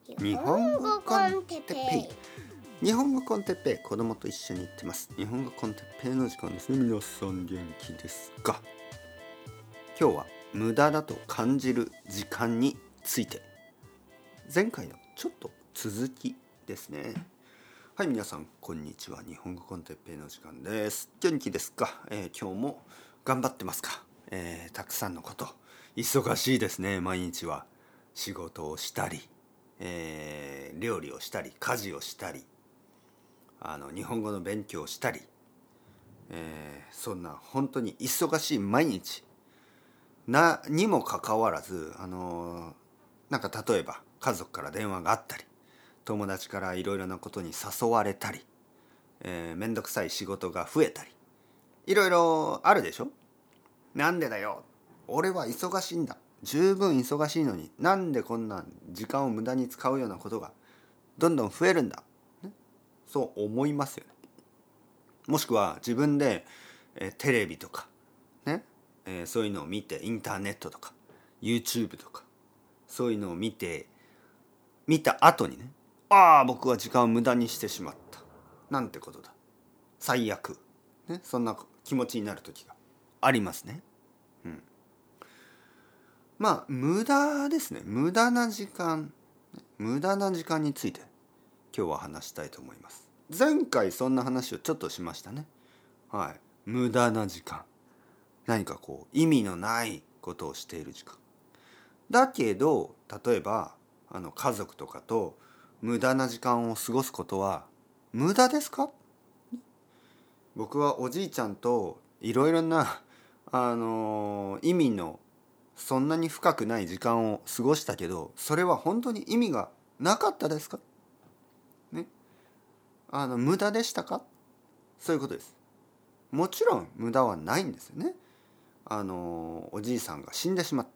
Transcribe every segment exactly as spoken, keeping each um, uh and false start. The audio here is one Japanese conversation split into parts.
日本語コンテッペイ日本語コンテッペイ子供と一緒に行ってます。日本語コンテッペイの時間ですね。皆さん元気ですか？今日は無駄だと感じる時間について、前回のちょっと続きですね。はい、皆さんこんにちは。日本語コンテッペイの時間です。元気ですか？えー、今日も頑張ってますか？えー、たくさんのこと忙しいですね。毎日は仕事をしたり、えー、料理をしたり、家事をしたり、あの日本語の勉強をしたり、えー、そんな本当に忙しい毎日なにもかかわらず、あのー、なんか例えば家族から電話があったり、友達からいろいろなことに誘われたり、えー、めんどくさい仕事が増えたり、いろいろあるでしょ。なんでだよ、俺は忙しいんだ、十分忙しいのになんでこんな時間を無駄に使うようなことがどんどん増えるんだ、ね、そう思いますよね。もしくは自分で、えー、テレビとかね、えー、そういうのを見て、インターネットとか YouTube とかそういうのを見て見た後にね、ああ僕は時間を無駄にしてしまったなんてことだ、最悪、ね、そんな気持ちになる時がありますね。うん。まあ無駄ですね。無駄な時間無駄な時間について今日は話したいと思います。前回そんな話をちょっとしましたね。はい。無駄な時間、何かこう意味のないことをしている時間だけど、例えばあの家族とかと無駄な時間を過ごすことは無駄ですか？僕はおじいちゃんといろいろなあの意味のそんなに深くない時間を過ごしたけど、それは本当に意味がなかったですか？ね、あの無駄でしたか？そういうことです。もちろん無駄はないんですよね。あのおじいさんが死んでしまった、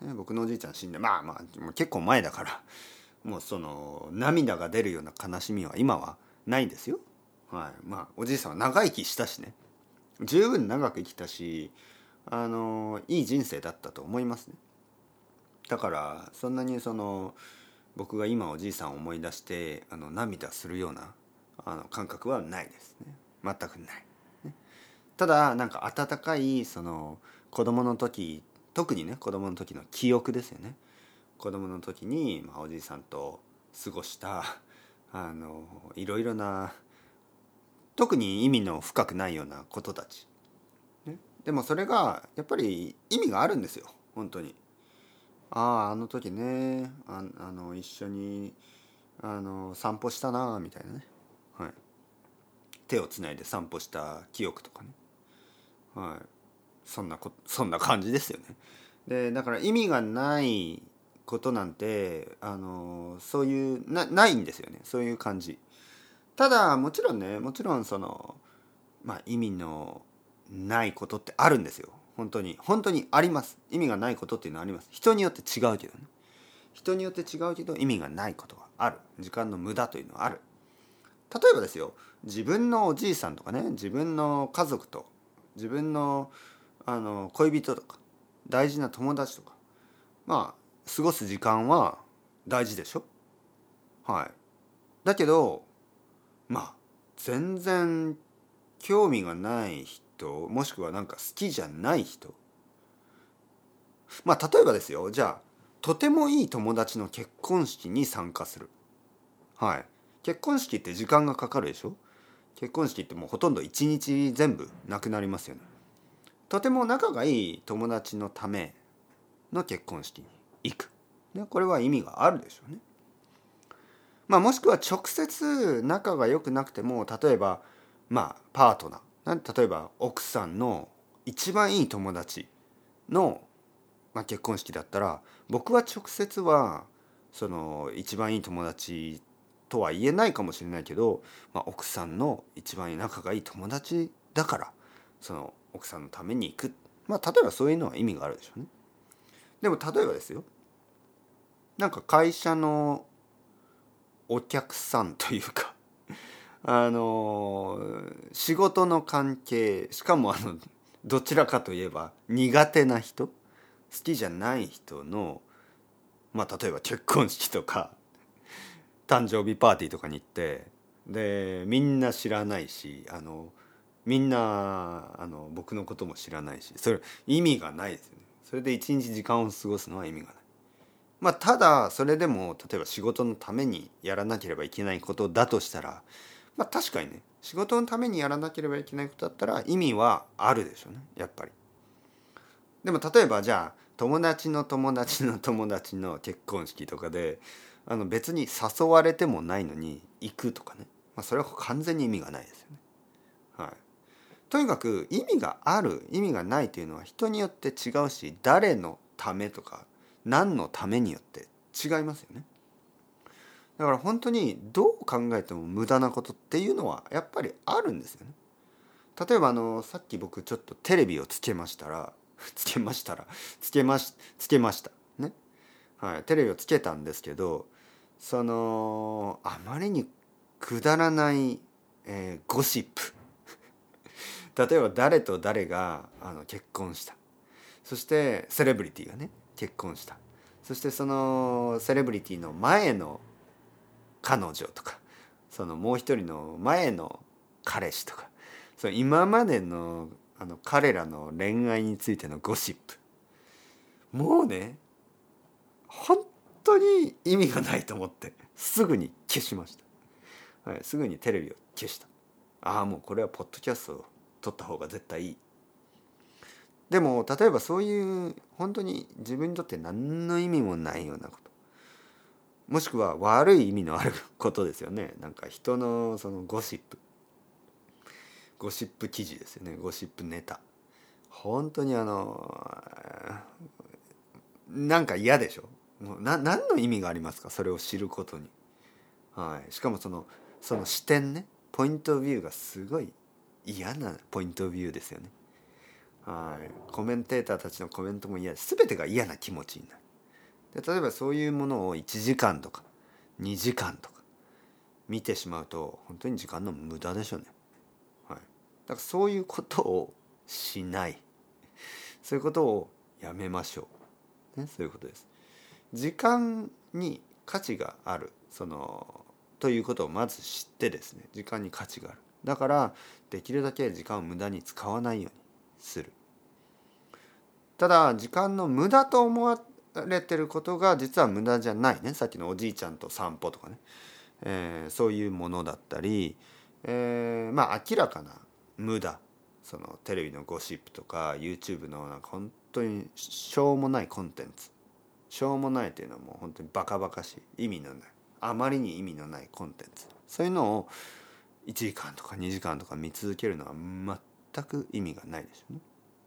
ね、僕のおじいちゃん死んで、まあまあもう結構前だから、もうその涙が出るような悲しみは今はないですよ。はい、まあおじいさんは長生きしたしね、十分長く生きたし、あのいい人生だったと思いますね。だからそんなにその僕が今おじいさんを思い出してあの涙するようなあの感覚はないですね。全くない。ただなんか温かいその子供の時、特にね子供の時の記憶ですよね。子供の時に、まあ、おじいさんと過ごしたあのいろいろな特に意味の深くないようなことたち、ね、でもそれがやっぱり意味があるんですよ本当に。あああの時ね、ああの一緒にあの散歩したなみたいなね、はい、手をつないで散歩した記憶とかね、はい、そんなこそんな感じですよね。でだから意味がないことなんてあのそういうなないんですよね、そういう感じ。ただもちろんね、もちろんそのまあ意味のないことってあるんですよ。本当に本当にあります。意味がないことっていうのはあります。人によって違うけどね、人によって違うけど意味がないことがある。時間の無駄というのはある。例えばですよ、自分のおじいさんとかね、自分の家族と自分のあの恋人とか大事な友達とか、まあ過ごす時間は大事でしょ。はい。だけどまあ全然興味がない人、もしくはなんか好きじゃない人、まあ例えばですよ、じゃあとてもいい友達の結婚式に参加する。はい。結婚式って時間がかかるでしょ。結婚式ってもうほとんど一日全部なくなりますよね。とても仲がいい友達のための結婚式に行く、ね、これは意味があるでしょうね。まあもしくは直接仲が良くなくても、例えばまあパートナー、例えば奥さんの一番いい友達の、まあ、結婚式だったら、僕は直接はその一番いい友達とは言えないかもしれないけど、まあ、奥さんの一番仲がいい友達だからその奥さんのために行く、まあ例えばそういうのは意味があるでしょうね。でも例えばですよ、なんか会社のお客さんというかあの仕事の関係、しかもあのどちらかといえば苦手な人、好きじゃない人の、まあ例えば結婚式とか誕生日パーティーとかに行って、でみんな知らないし、あのみんなあの僕のことも知らないし、それ意味がないですよね。それで一日時間を過ごすのは意味がない。まあただそれでも例えば仕事のためにやらなければいけないことだとしたら、まあ確かにね、仕事のためにやらなければいけないことだったら意味はあるでしょうね、やっぱり。でも例えばじゃあ友達の友達の友達の結婚式とかで、あの別に誘われてもないのに行くとかね、まあ、それは完全に意味がないですよね。はい。とにかく意味がある意味がないというのは人によって違うし、誰のためとか何のためによって違いますよね。だから本当にどう考えても無駄なことっていうのはやっぱりあるんですよね。例えばあのさっき僕ちょっとテレビをつけましたらつけましたらつけましつけましたね。はい、テレビをつけたんですけど、そのあまりにくだらない、えーゴシップ例えば誰と誰があの結婚した、そしてセレブリティがね結婚した、そしてそのセレブリティの前の彼女とか、そのもう一人の前の彼氏とか、その今までのあの彼らの恋愛についてのゴシップ、もうね本当に意味がないと思ってすぐに消しました、はい、すぐにテレビを消した。ああもうこれはポッドキャストを撮った方が絶対いい。でも例えばそういう本当に自分にとって何の意味もないようなこと、もしくは悪い意味のあることですよね。なんか人のそのゴシップゴシップ記事ですよね。ゴシップネタ、本当にあのなんか嫌でしょ。もうな何の意味がありますか、それを知ることに。はい、しかもそのその視点ね、ポイントビューがすごい嫌なポイントビューですよね。はい、コメンテーターたちのコメントも嫌です。全てが嫌な気持ちになる。で例えばそういうものをいちじかんとかにじかんとか見てしまうと本当に時間の無駄でしょうね。はい、だからそういうことをしない、そういうことをやめましょう、ね、そういうことです。時間に価値がある、そのということをまず知ってですね、時間に価値がある。だからできるだけ時間を無駄に使わないようにする。ただ時間の無駄と思われてることが実は無駄じゃないね。さっきのおじいちゃんと散歩とかね、えー、そういうものだったり、えー、まあ明らかな無駄、そのテレビのゴシップとか YouTube のなんか本当にしょうもないコンテンツ、しょうもないというのはもう本当にバカバカしい、意味のない、あまりに意味のないコンテンツ、そういうのをいちじかんとかにじかんとか見続けるのは全く意味がないでしょうね。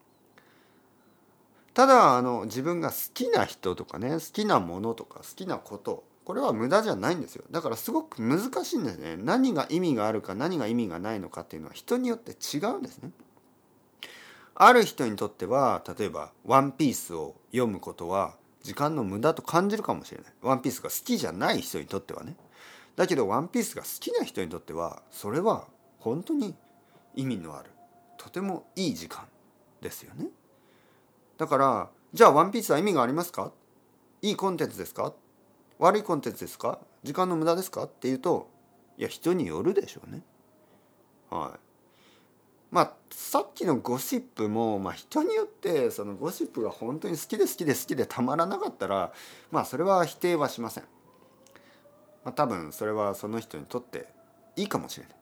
ただあの自分が好きな人とかね、好きなものとか好きなこと、これは無駄じゃないんですよ。だからすごく難しいんですね。何が意味があるか何が意味がないのかっていうのは人によって違うんですね。ある人にとっては例えばワンピースを読むことは時間の無駄と感じるかもしれない。ワンピースが好きじゃない人にとってはね。だけどワンピースが好きな人にとってはそれは本当に意味のある、とてもいい時間ですよね。だからじゃあワンピースは意味がありますか、いいコンテンツですか、悪いコンテンツですか、時間の無駄ですかっていうと、いや人によるでしょうね。はい。まあさっきのゴシップも、まあ、人によってそのゴシップが本当に好きで好きで好きでたまらなかったら、まあそれは否定はしません。まあ、多分それはその人にとっていいかもしれない。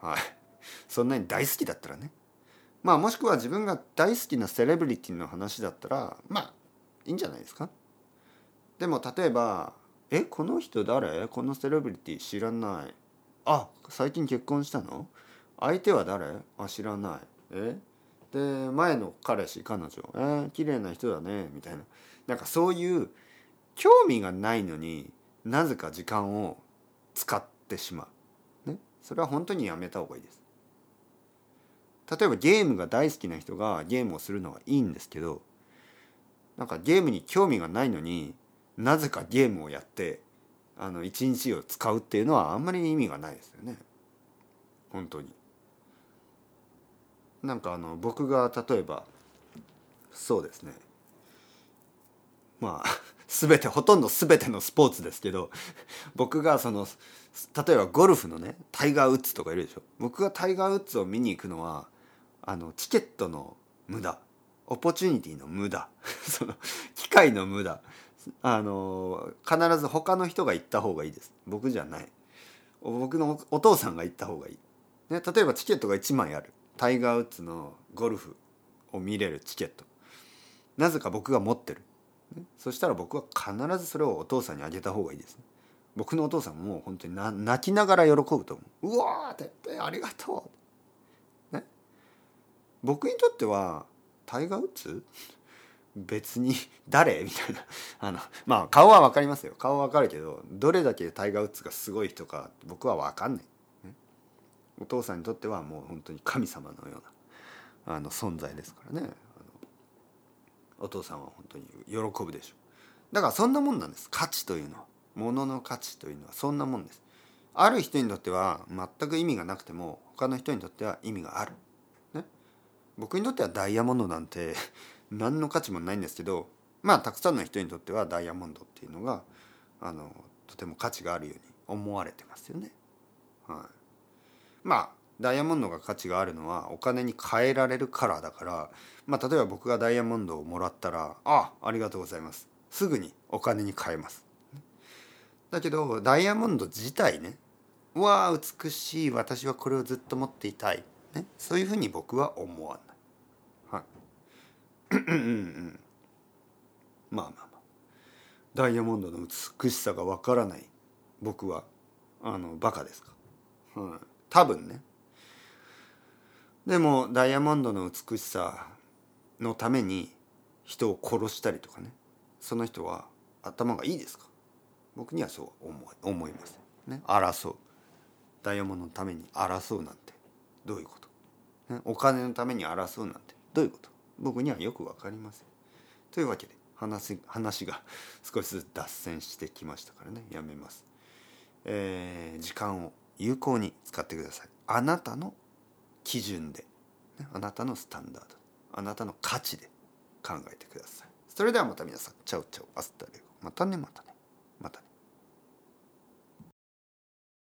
はい。そんなに大好きだったらね。まあもしくは自分が大好きなセレブリティの話だったらまあいいんじゃないですか。でも例えば「えこの人誰、このセレブリティ知らない、あ最近結婚したの、相手は誰、あ知らない、えで前の彼氏彼女え綺麗な人だね」みたいな、なんかそういう興味がないのになぜか時間を使ってしまう、ね、それは本当にやめた方がいいです。例えばゲームが大好きな人がゲームをするのはいいんですけど、なんかゲームに興味がないのになぜかゲームをやってあの一日を使うっていうのはあんまり意味がないですよね。本当に。なんかあの僕が例えばそうですね、まあ好全てほとんど全てのスポーツですけど僕がその例えばゴルフのねタイガー・ウッズとかいるでしょ。僕がタイガー・ウッズを見に行くのはあのチケットの無駄、オポチュニティの無駄その機会の無駄、あの必ず他の人が行った方がいいです。僕じゃない。僕のお父さんが行った方がいい、ね、例えばチケットがいちまいあるタイガー・ウッズのゴルフを見れるチケット、なぜか僕が持ってる、ね、そしたら僕は必ずそれをお父さんにあげた方がいいです、ね、僕のお父さんも本当にな泣きながら喜ぶと思う。うわーてっぺんありがとう、ね、僕にとってはタイガー・ウッズ別に誰みたいなあのまあ顔は分かりますよ。顔は分かるけどどれだけタイガー・ウッズがすごい人か僕は分かんない、ね、お父さんにとってはもう本当に神様のようなあの存在ですからね。あのお父さんは本当に喜ぶでしょう。だからそんなもんなんです。価値というのは、物の価値というのはそんなもんです。ある人にとっては全く意味がなくても他の人にとっては意味がある、ね、僕にとってはダイヤモンドなんて何の価値もないんですけど、まあたくさんの人にとってはダイヤモンドっていうのがあのとても価値があるように思われてますよね、はい、まあダイヤモンドが価値があるのはお金に換えられるからだから、まあ、例えば僕がダイヤモンドをもらったらあありがとうございますすぐにお金に換えます。だけどダイヤモンド自体ね、うわあ美しい、私はこれをずっと持っていたい、ね、そういうふうに僕は思わない、はいうんうん、まあまあまあダイヤモンドの美しさがわからない僕はあのバカですか、はい、多分ね。でもダイヤモンドの美しさのために人を殺したりとかね、その人は頭がいいですか。僕にはそう思い、思いますね。争う、ダイヤモンドのために争うなんてどういうこと、ね、お金のために争うなんてどういうこと、僕にはよく分かりません。というわけで話、話が少しずつ脱線してきましたからね、やめます、えー、時間を有効に使ってください。あなたの基準で、ね、あなたのスタンダード、あなたの価値で考えてください。それではまた皆さん、チャウチャウアスタレゴ、またねまたねまたね。